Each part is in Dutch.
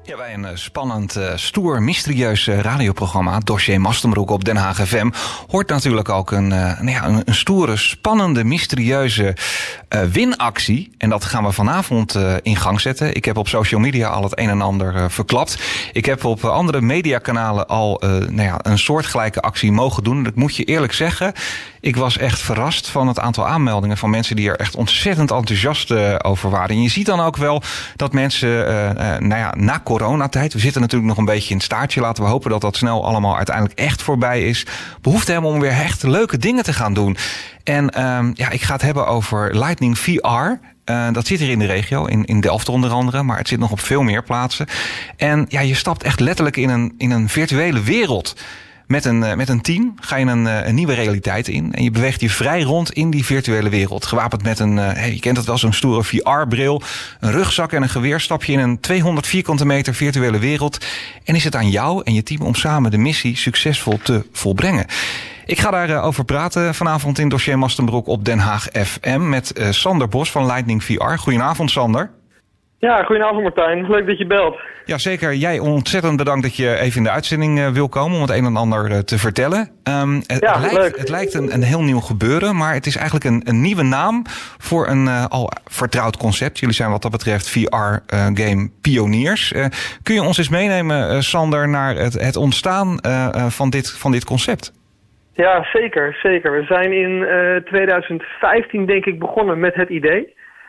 Ja, bij een spannend, stoer, mysterieus radioprogramma, Dossier Mastenbroek op Den Haag FM, hoort natuurlijk ook een stoere, spannende, mysterieuze winactie. En dat gaan we vanavond in gang zetten. Ik heb op social media al het een en ander verklapt. Ik heb op andere mediakanalen al een soortgelijke actie mogen doen. Dat moet je eerlijk zeggen. Ik was echt verrast van het aantal aanmeldingen van mensen die er echt ontzettend enthousiast over waren. En je ziet dan ook wel dat mensen na coronatijd, we zitten natuurlijk nog een beetje in het staartje, laten we hopen dat dat snel allemaal uiteindelijk echt voorbij is, behoefte hebben om weer echt leuke dingen te gaan doen. En ik ga het hebben over Lightning VR. Dat zit hier in de regio, in Delft onder andere, maar het zit nog op veel meer plaatsen. En ja, je stapt echt letterlijk in een virtuele wereld. Met een team ga je een nieuwe realiteit in. En je beweegt je vrij rond in die virtuele wereld. Gewapend met je kent het wel, zo'n stoere VR-bril, een rugzak en een geweer. Stap je in een 200 vierkante meter virtuele wereld. En is het aan jou en je team om samen de missie succesvol te volbrengen. Ik ga daarover praten vanavond in Dossier Mastenbroek op Den Haag FM met Sander Bos van Lightning VR. Goedenavond, Sander. Ja, goedenavond Martijn. Leuk dat je belt. Ja, zeker. Jij ontzettend bedankt dat je even in de uitzending wil komen om het een en ander te vertellen. Het lijkt een heel nieuw gebeuren, maar het is eigenlijk een nieuwe naam voor een al vertrouwd concept. Jullie zijn wat dat betreft VR-game pioniers. Kun je ons eens meenemen, Sander, naar het ontstaan van dit concept? Ja, zeker. We zijn in 2015 denk ik begonnen met het idee.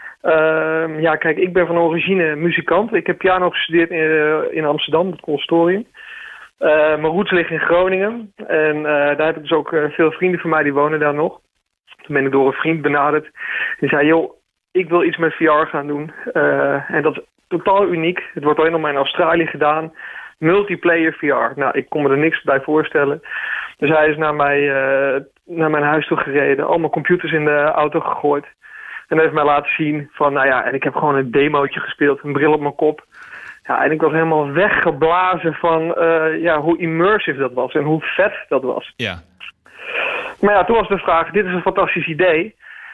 Kijk, ik ben van origine muzikant. Ik heb piano gestudeerd in Amsterdam, het conservatorium. Mijn roots liggen in Groningen. En daar heb ik dus ook veel vrienden van mij die wonen daar nog. Toen ben ik door een vriend benaderd. Die zei, joh, ik wil iets met VR gaan doen. En dat is totaal uniek. Het wordt alleen nog maar in Australië gedaan. Multiplayer VR. Nou, ik kon me er niks bij voorstellen. Dus hij is naar mijn huis toe gereden. Allemaal computers in de auto gegooid. En heeft mij laten zien van, en ik heb gewoon een demootje gespeeld, een bril op mijn kop. Ja, en ik was helemaal weggeblazen van hoe immersive dat was en hoe vet dat was. Ja. Maar ja, toen was de vraag, dit is een fantastisch idee.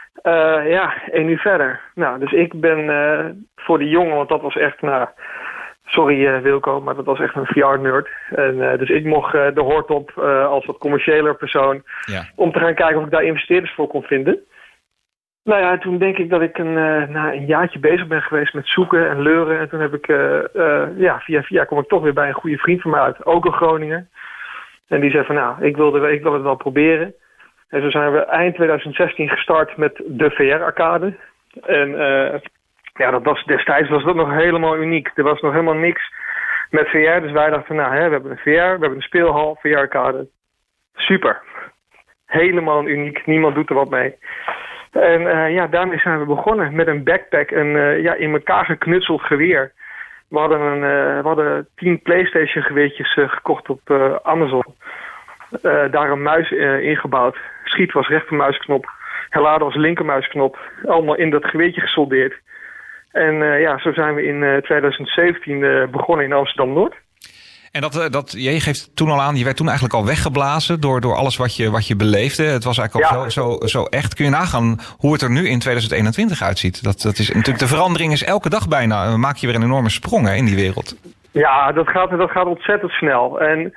En nu verder. Nou, dus ik ben voor de jongen, want dat was echt, sorry Wilco, maar dat was echt een VR-nerd. En dus ik mocht de hoort op als wat commerciëler persoon, om te gaan kijken of ik daar investeerders voor kon vinden. Nou ja, toen denk ik dat ik een jaartje bezig ben geweest met zoeken en leuren. En toen heb ik, via kom ik toch weer bij een goede vriend van mij uit, ook een Groninger. En die zei van, ik wil het wel proberen. En zo zijn we eind 2016 gestart met de VR-arcade. En destijds was dat nog helemaal uniek. Er was nog helemaal niks met VR. Dus wij dachten, we hebben een VR, we hebben een speelhal, VR-arcade. Super. Helemaal uniek. Niemand doet er wat mee. En daarmee zijn we begonnen met een backpack en in elkaar geknutseld geweer. We hadden 10 PlayStation geweertjes gekocht op Amazon. Daar een muis ingebouwd. Schiet was rechtermuisknop. Herladen was linkermuisknop. Allemaal in dat geweertje gesoldeerd. En zo zijn we in 2017 begonnen in Amsterdam-Noord. En je geeft toen al aan, je werd toen eigenlijk al weggeblazen door alles wat je beleefde. Het was eigenlijk al zo echt. Kun je nagaan hoe het er nu in 2021 uitziet? Dat is natuurlijk, de verandering is elke dag bijna. Maak je weer een enorme sprong in die wereld. Ja, dat gaat ontzettend snel. En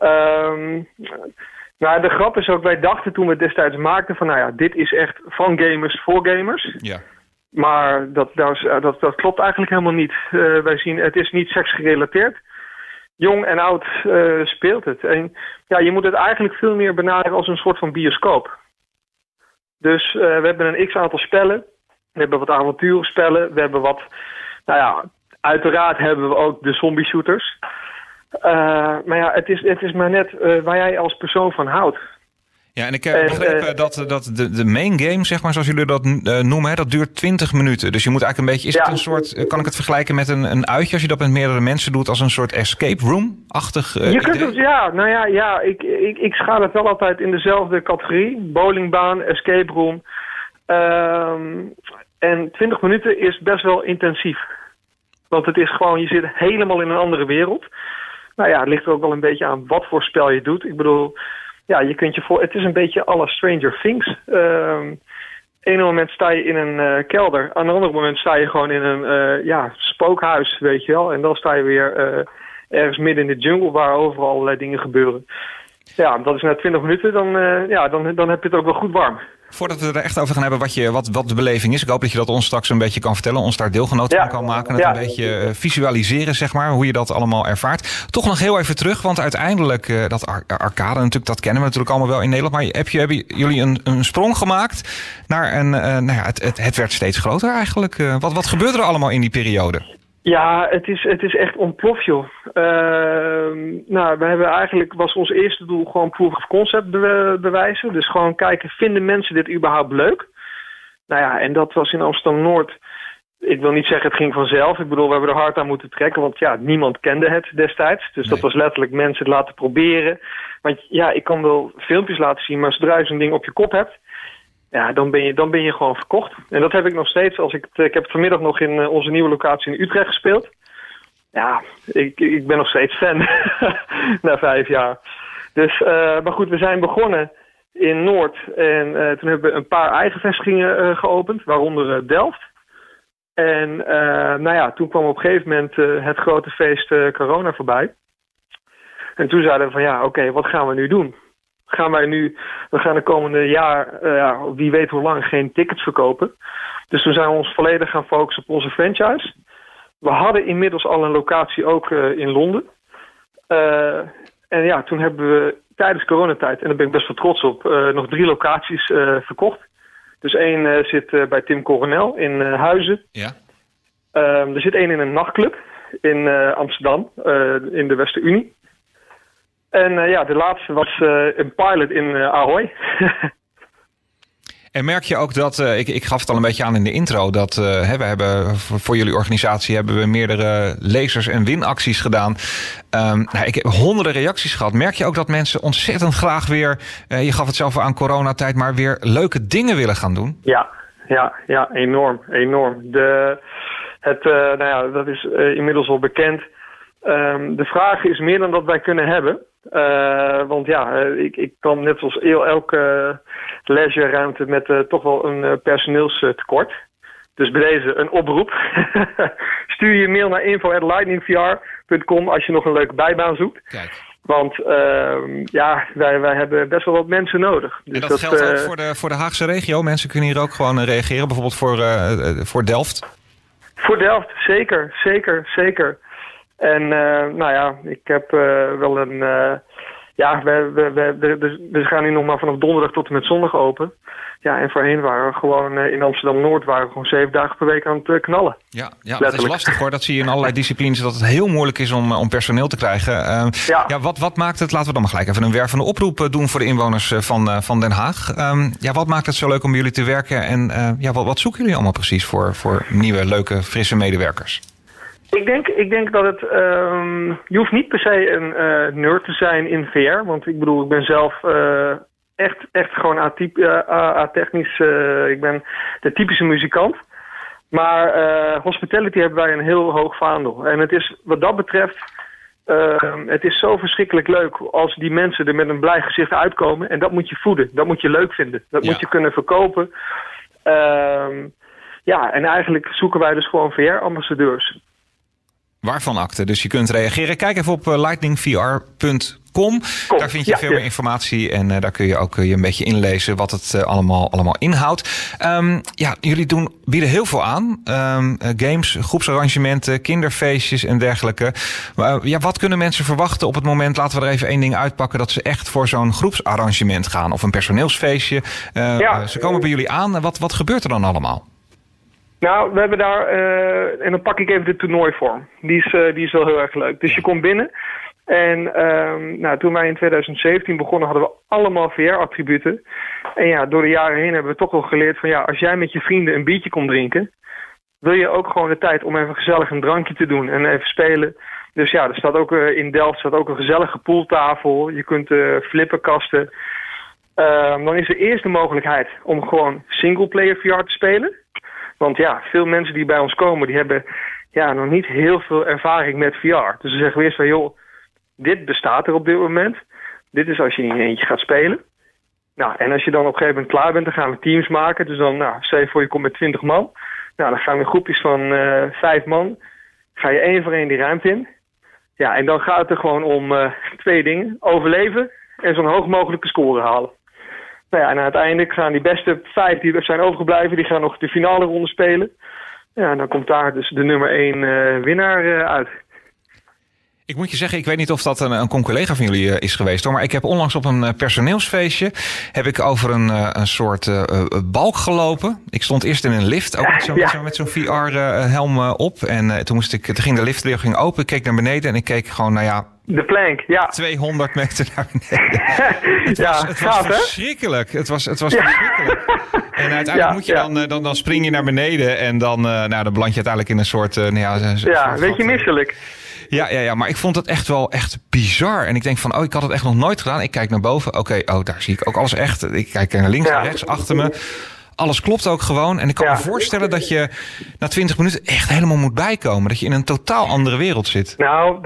de grap is ook, wij dachten toen we het destijds maakten van, dit is echt van gamers voor gamers. Ja. Maar dat klopt eigenlijk helemaal niet. Wij zien, het is niet seksgerelateerd. Jong en oud speelt het. En je moet het eigenlijk veel meer benaderen als een soort van bioscoop. Dus we hebben een x-aantal spellen. We hebben wat avonturenspellen. We hebben wat, uiteraard hebben we ook de zombie shooters. Maar het is maar net waar jij als persoon van houdt. Ja, en ik heb begrepen dat de main game, zeg maar, zoals jullie dat noemen, dat duurt 20 minuten. Dus je moet eigenlijk een beetje, is het een soort, kan ik het vergelijken met een uitje als je dat met meerdere mensen doet, als een soort escape room-achtig Je kunt het, ik schaal het wel altijd in dezelfde categorie. Bowlingbaan, escape room. En 20 minuten is best wel intensief. Want het is gewoon, je zit helemaal in een andere wereld. Het ligt er ook wel een beetje aan wat voor spel je doet. Ik bedoel, je kunt het is een beetje à la Stranger Things. ene moment sta je in een kelder. Aan een ander moment sta je gewoon in een spookhuis, weet je wel. En dan sta je weer ergens midden in de jungle waar overal allerlei dingen gebeuren. Ja, dat is na 20 minuten, dan heb je het ook wel goed warm. Voordat we er echt over gaan hebben wat de beleving is. Ik hoop dat je dat ons straks een beetje kan vertellen. Ons daar deelgenoot van kan maken. Het een beetje visualiseren, zeg maar. Hoe je dat allemaal ervaart. Toch nog heel even terug. Want uiteindelijk, dat arcade natuurlijk, dat kennen we natuurlijk allemaal wel in Nederland. Maar hebben jullie een sprong gemaakt naar het werd steeds groter eigenlijk. Wat gebeurde er allemaal in die periode? Ja, het is echt ontploft, joh. We hebben eigenlijk, was ons eerste doel gewoon proof of concept bewijzen. Dus gewoon kijken, vinden mensen dit überhaupt leuk? Nou ja, en dat was in Amsterdam-Noord. Ik wil niet zeggen het ging vanzelf. Ik bedoel, we hebben er hard aan moeten trekken. Want ja, niemand kende het destijds. Dus dat was letterlijk mensen het laten proberen. Want ja, ik kan wel filmpjes laten zien. Maar zodra je zo'n ding op je kop hebt, ja, dan ben je gewoon verkocht. En dat heb ik nog steeds. Ik heb het vanmiddag nog in onze nieuwe locatie in Utrecht gespeeld. Ja, ik ben nog steeds fan. Na 5 jaar. Dus, maar goed, we zijn begonnen in Noord. En toen hebben we een paar eigen vestigingen geopend. Waaronder Delft. En toen kwam op een gegeven moment het grote feest corona voorbij. En toen zeiden we van ja, oké, wat gaan we nu doen? We gaan de komende jaar, wie weet hoe lang, geen tickets verkopen. Dus toen zijn we ons volledig gaan focussen op onze franchise. We hadden inmiddels al een locatie ook in Londen. En toen hebben we tijdens coronatijd, en daar ben ik best wel trots op, nog 3 locaties verkocht. Dus 1 zit bij Tim Coronel in Huizen. Ja. Er zit 1 in een nachtclub in Amsterdam, in de Westerunie. En de laatste was een pilot in Ahoy. En merk je ook dat, ik gaf het al een beetje aan in de intro, dat we hebben voor jullie organisatie hebben we meerdere lezers- en winacties gedaan. Ik heb honderden reacties gehad. Merk je ook dat mensen ontzettend graag weer, je gaf het zelf aan coronatijd, maar weer leuke dingen willen gaan doen? Ja, enorm. Dat is inmiddels al bekend. De vraag is meer dan dat wij kunnen hebben. Want ik kan net als elke leisureruimte met toch wel een personeelstekort. Dus bij deze een oproep. Stuur je mail naar info@lightningvr.com als je nog een leuke bijbaan zoekt. Kijk. Want wij hebben best wel wat mensen nodig. Dus en dat geldt ook voor de Haagse regio? Mensen kunnen hier ook gewoon reageren, bijvoorbeeld voor Delft? Voor Delft, zeker. En ik heb wel een... we gaan nu nog maar vanaf donderdag tot en met zondag open. Ja, en voorheen waren we gewoon in Amsterdam-Noord gewoon 7 dagen per week aan het knallen. Ja, dat is lastig hoor. Dat zie je in allerlei disciplines, dat het heel moeilijk is om personeel te krijgen. Wat maakt het, laten we dan maar gelijk even een wervende oproep doen voor de inwoners van Den Haag. Wat maakt het zo leuk om jullie te werken en wat zoeken jullie allemaal precies voor nieuwe, leuke, frisse medewerkers? Ik denk dat het... je hoeft niet per se een nerd te zijn in VR. Want ik bedoel, ik ben zelf echt gewoon atechnisch. Ik ben de typische muzikant. Maar hospitality hebben wij een heel hoog vaandel. En het is wat dat betreft... het is zo verschrikkelijk leuk als die mensen er met een blij gezicht uitkomen. En dat moet je voeden. Dat moet je leuk vinden. Dat moet je kunnen verkopen. En eigenlijk zoeken wij dus gewoon VR-ambassadeurs. Waarvan akte. Dus je kunt reageren. Kijk even op lightningvr.com. Daar vind je veel meer informatie. En daar kun je ook je een beetje inlezen wat het allemaal inhoudt. Jullie bieden heel veel aan. Games, groepsarrangementen, kinderfeestjes en dergelijke. Wat kunnen mensen verwachten op het moment, laten we er even 1 ding uitpakken, dat ze echt voor zo'n groepsarrangement gaan? Of een personeelsfeestje. Ze komen bij jullie aan. Wat gebeurt er dan allemaal? Nou, we hebben daar, en dan pak ik even de toernooivorm. Die is wel heel erg leuk. Dus je komt binnen en toen wij in 2017 begonnen hadden we allemaal VR-attributen. En door de jaren heen hebben we toch wel geleerd van als jij met je vrienden een biertje komt drinken, wil je ook gewoon de tijd om even gezellig een drankje te doen en even spelen. Dus er staat ook in Delft een gezellige pooltafel. Je kunt flippenkasten. Dan is er eerst de mogelijkheid om gewoon singleplayer VR te spelen. Want veel mensen die bij ons komen, die hebben nog niet heel veel ervaring met VR. Dus dan zeggen we eerst van, dit bestaat er op dit moment. Dit is als je in je eentje gaat spelen. Nou, en als je dan op een gegeven moment klaar bent, dan gaan we teams maken. Dus dan, stel je voor je komt met 20 man. Nou, dan gaan we in groepjes van 5 man. Ga je 1 voor 1 die ruimte in. Ja, en dan gaat het er gewoon om 2 dingen. Overleven en zo'n hoog mogelijke score halen. Nou ja, en uiteindelijk gaan die beste 5 die zijn overgebleven, die gaan nog de finale ronde spelen. Ja, en dan komt daar dus de nummer 1 winnaar uit. Ik moet je zeggen, ik weet niet of dat een collega van jullie is geweest, hoor. Maar ik heb onlangs op een personeelsfeestje over een soort balk gelopen. Ik stond eerst in een lift, ook met zo'n VR-helm op. En toen ging de liftdeur ging open, ik keek naar beneden en ik keek gewoon, de plank, ja. 200 meter naar beneden. Het was verschrikkelijk. Het was verschrikkelijk. En uiteindelijk moet je dan spring je naar beneden en dan beland je uiteindelijk in een soort... een beetje misselijk. Ja, maar ik vond het echt wel bizar. En ik denk van, ik had het echt nog nooit gedaan. Ik kijk naar boven, daar zie ik ook alles echt. Ik kijk naar links en rechts, achter me. Alles klopt ook gewoon. En ik kan me voorstellen dat je na 20 minuten echt helemaal moet bijkomen. Dat je in een totaal andere wereld zit. Nou,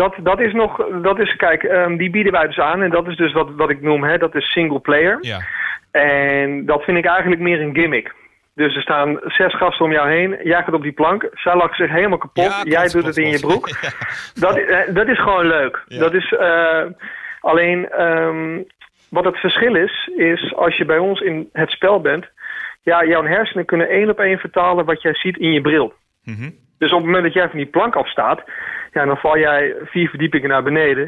die bieden wij dus aan. En dat is dus wat ik noem, dat is single player. Ja. En dat vind ik eigenlijk meer een gimmick. Dus er staan 6 gasten om jou heen. Jij gaat op die plank. Zij lachen zich helemaal kapot. Ja, jij doet het in je broek. Ja. Dat is gewoon leuk. Ja. Dat is alleen wat het verschil is als je bij ons in het spel bent. Ja, jouw hersenen kunnen 1 op 1 vertalen wat jij ziet in je bril. Mm-hmm. Dus op het moment dat jij van die plank afstaat, dan val jij 4 verdiepingen naar beneden.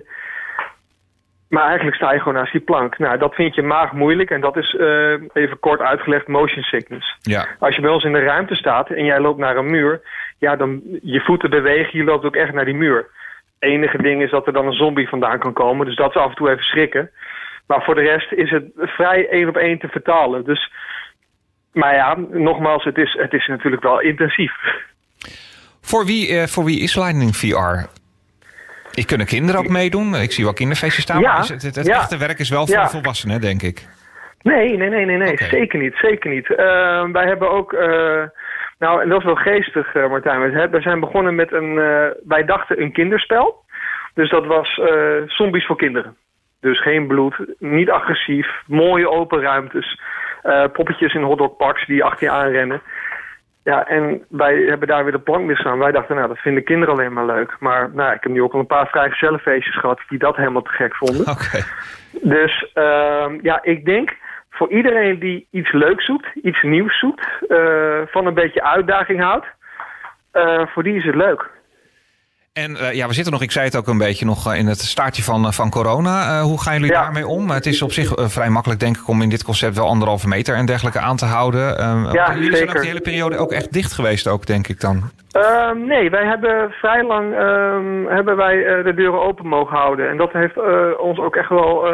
Maar eigenlijk sta je gewoon naast die plank. Nou, dat vind je maag moeilijk en dat is even kort uitgelegd motion sickness. Ja. Als je bij ons in de ruimte staat en jij loopt naar een muur, dan je voeten bewegen, je loopt ook echt naar die muur. Het enige ding is dat er dan een zombie vandaan kan komen, dus dat is af en toe even schrikken. Maar voor de rest is het vrij 1 op 1 te vertalen. Dus, maar nogmaals, het is natuurlijk wel intensief. Voor wie is Lightning VR? Kunnen kinderen ook meedoen? Ik zie wel kinderfeestjes staan, maar het echte werk is wel voor volwassenen, denk ik. Nee. Okay. Zeker niet. Wij hebben ook... en dat is wel geestig, Martijn. We zijn begonnen met wij dachten een kinderspel. Dus dat was zombies voor kinderen. Dus geen bloed, niet agressief, mooie open ruimtes. Poppetjes in hotdogparks die achter je aanrennen. Ja, en wij hebben daar weer de plank mee staan. Wij dachten, dat vinden kinderen alleen maar leuk. Maar ik heb nu ook al een paar vrijgezellenfeestjes gehad die dat helemaal te gek vonden. Okay. Dus ik denk voor iedereen die iets leuks zoekt, iets nieuws zoekt, van een beetje uitdaging houdt, voor die is het leuk. En we zitten nog, ik zei het ook een beetje nog in het staartje van corona. Hoe gaan jullie daarmee om? Het is op zich vrij makkelijk, denk ik, om in dit concept wel 1,5 meter en dergelijke aan te houden. Jullie zijn ook de hele periode ook echt dicht geweest ook, denk ik dan? Nee, wij hebben vrij lang de deuren open mogen houden. En dat heeft ons ook echt wel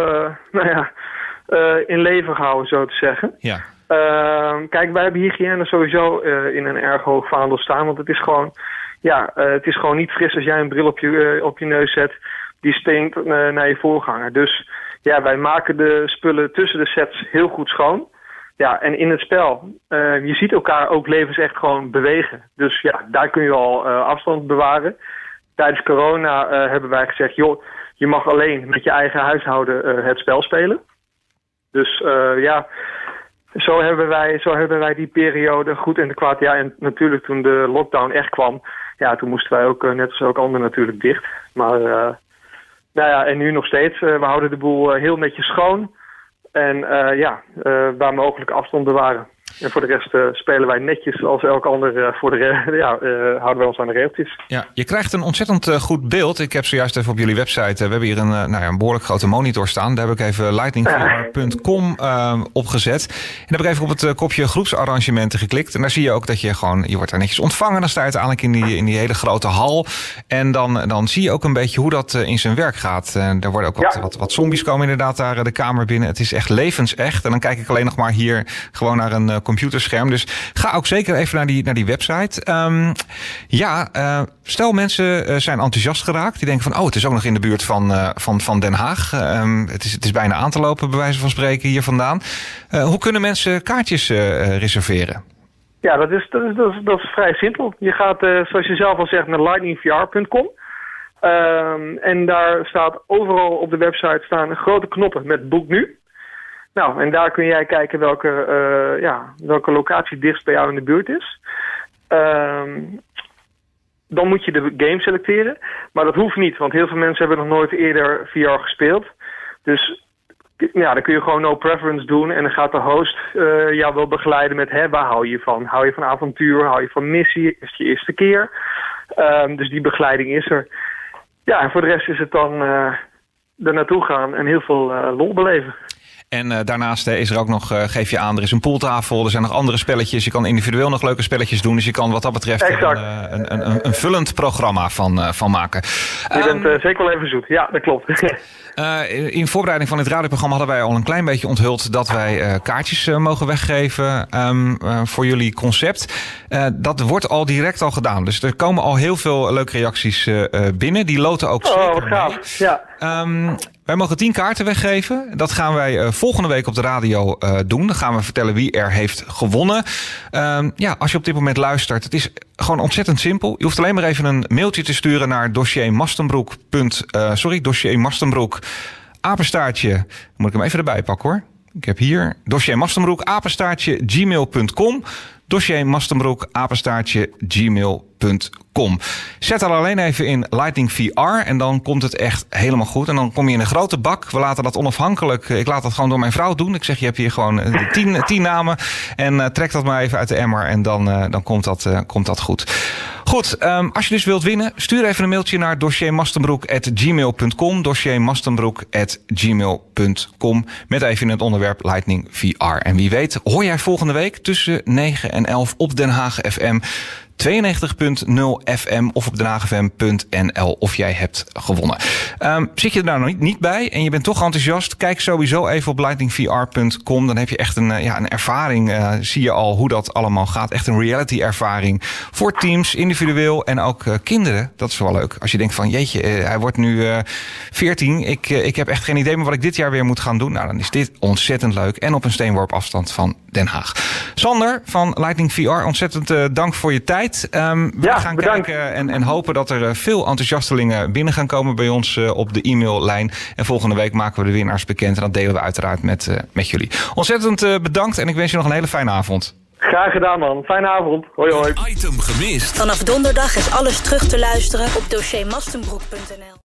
in leven gehouden, zo te zeggen. Ja. Kijk, wij hebben hygiëne sowieso in een erg hoog vaandel staan, want het is gewoon... het is gewoon niet fris als jij een bril op je neus zet die stinkt naar je voorganger. Dus wij maken de spullen tussen de sets heel goed schoon. Ja, en in het spel, je ziet elkaar ook levensecht gewoon bewegen. Dus daar kun je al afstand bewaren. Tijdens corona hebben wij gezegd, joh, je mag alleen met je eigen huishouden het spel spelen. Dus zo hebben wij die periode goed in de kwaad. Ja, en natuurlijk toen de lockdown echt kwam, toen moesten wij ook, net als ook anderen natuurlijk, dicht. Maar, en nu nog steeds. We houden de boel heel netjes schoon. En waar mogelijk afstand bewaren. En voor de rest spelen wij netjes als elk ander. Houden wij ons aan de regeltjes. Ja, je krijgt een ontzettend goed beeld. Ik heb zojuist even op jullie website... we hebben hier een behoorlijk grote monitor staan. Daar heb ik even lightningvr.com opgezet. En daar heb ik even op het kopje groepsarrangementen geklikt. En daar zie je ook dat je wordt daar netjes ontvangen. Dan sta je uiteindelijk in die hele grote hal. En dan zie je ook een beetje hoe dat in zijn werk gaat. Er worden ook wat zombies komen inderdaad daar de kamer binnen. Het is echt levensecht. En dan kijk ik alleen nog maar hier gewoon naar een computerscherm. Dus ga ook zeker even naar die website. Stel mensen zijn enthousiast geraakt. Die denken van, het is ook nog in de buurt van Den Haag. Het is bijna aan te lopen, bij wijze van spreken, hier vandaan. Hoe kunnen mensen kaartjes reserveren? Ja, dat is vrij simpel. Je gaat, zoals je zelf al zegt, naar lightningvr.com. En daar staat overal op de website staan grote knoppen met boek nu. Nou, en daar kun jij kijken welke locatie dichtst bij jou in de buurt is. Dan moet je de game selecteren. Maar dat hoeft niet, want heel veel mensen hebben nog nooit eerder VR gespeeld. Dus ja, dan kun je gewoon no preference doen. En dan gaat de host jou wel begeleiden met waar hou je van? Hou je van avontuur? Hou je van missie? Is het je eerste keer? Dus die begeleiding is er. Ja, en voor de rest is het dan er naartoe gaan en heel veel lol beleven. En daarnaast is er ook nog, geef je aan, er is een pooltafel. Er zijn nog andere spelletjes. Je kan individueel nog leuke spelletjes doen. Dus je kan wat dat betreft een vullend programma van maken. Je bent zeker wel even zoet. Ja, dat klopt. In voorbereiding van dit radioprogramma hadden wij al een klein beetje onthuld dat wij kaartjes mogen weggeven voor jullie concept. Dat wordt al direct al gedaan. Dus er komen al heel veel leuke reacties binnen. Die loten ook zeker wat gaaf. Ja. Wij mogen 10 kaarten weggeven. Dat gaan wij volgende week op de radio doen. Dan gaan we vertellen wie er heeft gewonnen. Als je op dit moment luistert, het is gewoon ontzettend simpel. Je hoeft alleen maar even een mailtje te sturen naar dossiermastenbroek, apenstaartje. Moet ik hem even erbij pakken hoor. Ik heb hier dossiermastenbroek, gmail.com. gmail.com. Zet er alleen even in Lightning VR en dan komt het echt helemaal goed. En dan kom je in een grote bak. We laten dat onafhankelijk. Ik laat dat gewoon door mijn vrouw doen. Ik zeg, je hebt hier gewoon 10 namen. En trek dat maar even uit de emmer. En dan komt dat goed. Goed, als je dus wilt winnen, stuur even een mailtje naar dossiermastenbroek@gmail.com. dossiermastenbroek@gmail.com. Met even in het onderwerp Lightning VR. En wie weet hoor jij volgende week tussen 9 en 11 op Den Haag FM 92.0 FM of op denhaagfm.nl of jij hebt gewonnen. Zit je er nou niet bij en je bent toch enthousiast? Kijk sowieso even op lightningvr.com. Dan heb je echt een ervaring. Zie je al hoe dat allemaal gaat. Echt een reality ervaring voor teams, individueel en ook kinderen. Dat is wel leuk. Als je denkt van jeetje, hij wordt nu 14. Ik heb echt geen idee meer wat ik dit jaar weer moet gaan doen. Nou, dan is dit ontzettend leuk en op een steenworp afstand van Den Haag. Sander van Lightning VR, ontzettend dank voor je tijd. We gaan bedankt. kijken en hopen dat er veel enthousiastelingen binnen gaan komen bij ons op de e-maillijn. En volgende week maken we de winnaars bekend. En dat delen we uiteraard met jullie. Ontzettend bedankt en ik wens je nog een hele fijne avond. Graag gedaan man. Fijne avond. Hoi hoi. Item gemist. Vanaf donderdag is alles terug te luisteren op dossiermastenbroek.nl.